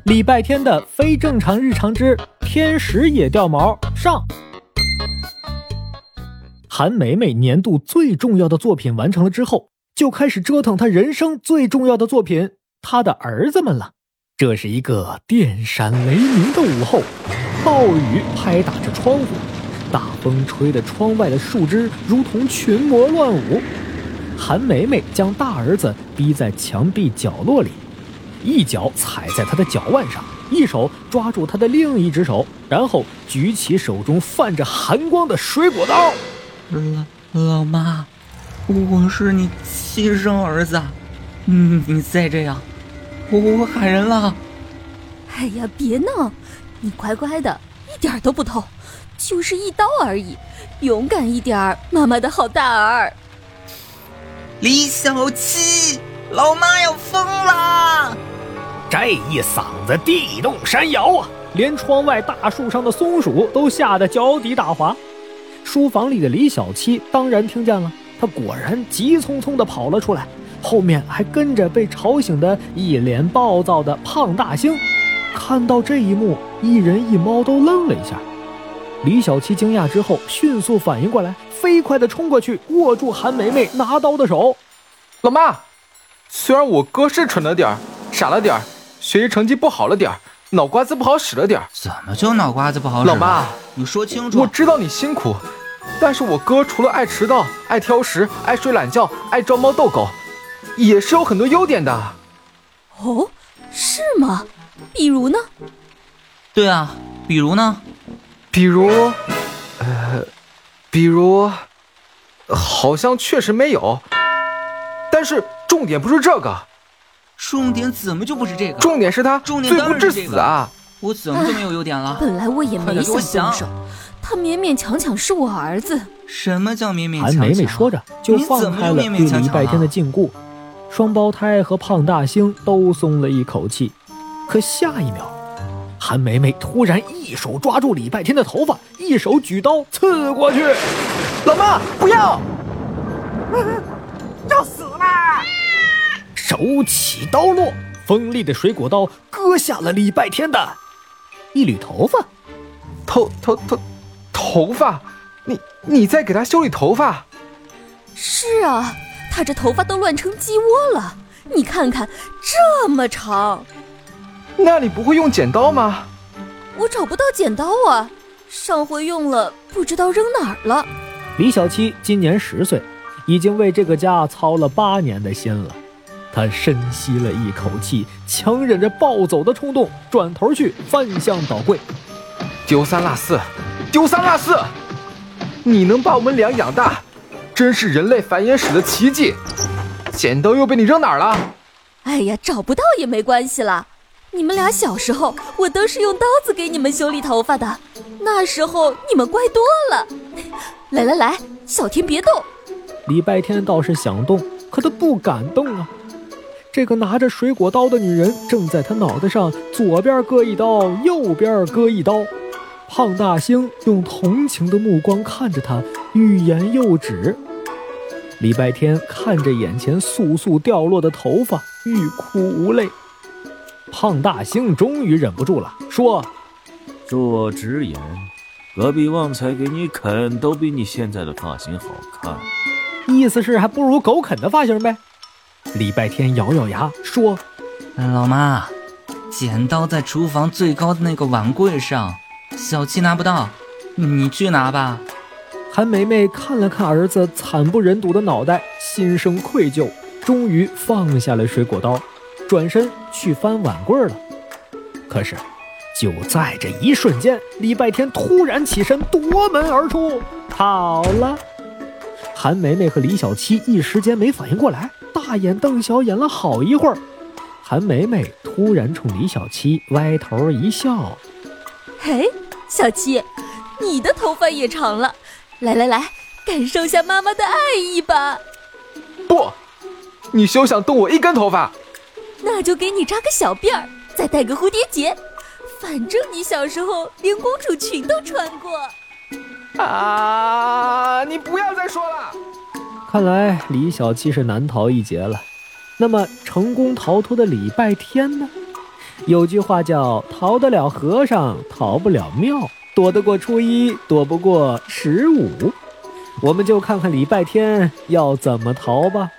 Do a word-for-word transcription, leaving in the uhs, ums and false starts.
礼拜天的非正常日常之天使也掉毛上。韩梅梅年度最重要的作品完成了之后，就开始折腾她人生最重要的作品她的儿子们了。这是一个电闪雷鸣的午后，暴雨拍打着窗户，大风吹得窗外的树枝如同群魔乱舞。韩梅梅将大儿子逼在墙壁角落里，一脚踩在他的脚腕上，一手抓住他的另一只手，然后举起手中泛着寒光的水果刀。 老老妈，我是你亲生儿子，嗯，你再这样，我我喊人了。 哎呀，别闹，你乖乖的，一点都不痛，就是一刀而已，勇敢一点，妈妈的好大儿。 李小七，老妈要疯了！ 这一嗓子地动山摇啊，连窗外大树上的松鼠都吓得脚底打滑。书房里的李小七当然听见了，他果然急匆匆地跑了出来，后面还跟着被吵醒的一脸暴躁的胖大星。看到这一幕，一人一猫都愣了一下。李小七惊讶之后迅速反应过来，飞快地冲过去握住韩梅梅拿刀的手。 老妈，虽然我哥是蠢了点儿，傻了点儿，学习成绩不好了点儿，脑瓜子不好使了点儿。 怎么就脑瓜子不好使了？ 老妈， 你说清楚。 我知道你辛苦，但是我哥除了爱迟到、爱挑食、爱睡懒觉、爱招猫逗狗，也是有很多优点的。 哦，是吗？比如呢？ 对啊，比如呢？ 比如，呃，比如，好像确实没有。但是重点不是这个。 重点怎么就不是这个？ 重点是他罪不至死啊！ 我怎么就没有优点了？ 本来我也没想动手，他勉勉强强是我儿子。 什么叫勉勉强强？ 韩梅梅说着就放开了对礼拜天的禁锢，双胞胎和胖大星都松了一口气。可下一秒，韩梅梅突然一手抓住礼拜天的头发，一手举刀刺过去。 老妈，不要！ 要死了！ 手起刀落，锋利的水果刀割下了礼拜天的一缕头发。 头头头头发？你你在给他修理头发？ 是啊，他这头发都乱成鸡窝了，你看看，这么长。 那你不会用剪刀吗？ 我找不到剪刀啊，上回用了，不知道扔哪儿了。 李小七今年十岁，已经为这个家操了八年的心了。他深吸了一口气，强忍着暴走的冲动，转头去翻箱倒柜。 丢三落四，丢三落四！你能把我们俩养大，真是人类繁衍史的奇迹。剪刀又被你扔哪儿了？ 哎呀，找不到也没关系啦。你们俩小时候，我都是用刀子给你们修理头发的，那时候你们乖多了。来来来，小天别动。 礼拜天倒是想动，可他不敢动啊。这个拿着水果刀的女人正在他脑袋上左边割一刀，右边割一刀。胖大星用同情的目光看着他，欲言又止。礼拜天看着眼前簌簌掉落的头发，欲哭无泪。胖大星终于忍不住了，说： 恕我直言，隔壁旺财给你啃都比你现在的发型好看。 意思是还不如狗啃的发型呗。礼拜天咬咬牙说： 老妈，剪刀在厨房最高的那个碗柜上，小七拿不到，你去拿吧。 韩梅梅看了看儿子惨不忍睹的脑袋，心生愧疚，终于放下了水果刀，转身去翻碗柜了。可是就在这一瞬间，礼拜天突然起身夺门而出，跑了。韩梅梅和李小七一时间没反应过来，大眼瞪小眼了好一会儿。韩梅梅突然冲李小七歪头一笑： 嘿，小七，你的头发也长了，来来来，感受下妈妈的爱意吧。 不，你休想动我一根头发。 那就给你扎个小辫儿，再戴个蝴蝶结，反正你小时候连公主裙都穿过。 啊！你不要再说了。 看来李小七是难逃一劫了。那么成功逃脱的礼拜天呢？ 有句话叫逃得了和尚逃不了庙，躲得过初一躲不过十五。我们就看看礼拜天要怎么逃吧。